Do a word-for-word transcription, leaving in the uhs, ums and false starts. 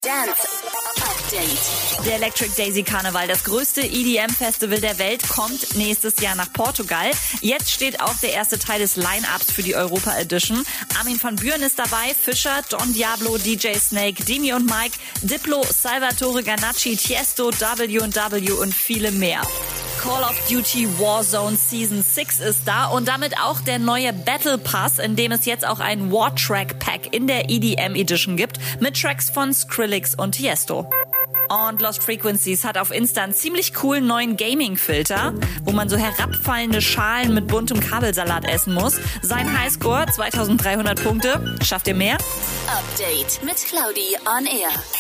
Dance Update. Der Electric Daisy Karneval, das größte E D M-Festival der Welt, kommt nächstes Jahr nach Portugal. Jetzt steht auch der erste Teil des Line-Ups für die Europa Edition. Armin van Buuren ist dabei, Fischer, Don Diablo, D J Snake, Demi und Mike, Diplo, Salvatore Ganacci, Tiesto, W und W und viele mehr. Call of Duty Warzone Season sechs ist da und damit auch der neue Battle Pass, in dem es jetzt auch ein War Track Pack in der E D M Edition gibt, mit Tracks von Skrillex und Tiesto. Und Lost Frequencies hat auf Insta einen ziemlich coolen neuen Gaming-Filter, wo man so herabfallende Schalen mit buntem Kabelsalat essen muss. Sein Highscore zweitausenddreihundert Punkte. Schafft ihr mehr? Update mit Claudi on Air.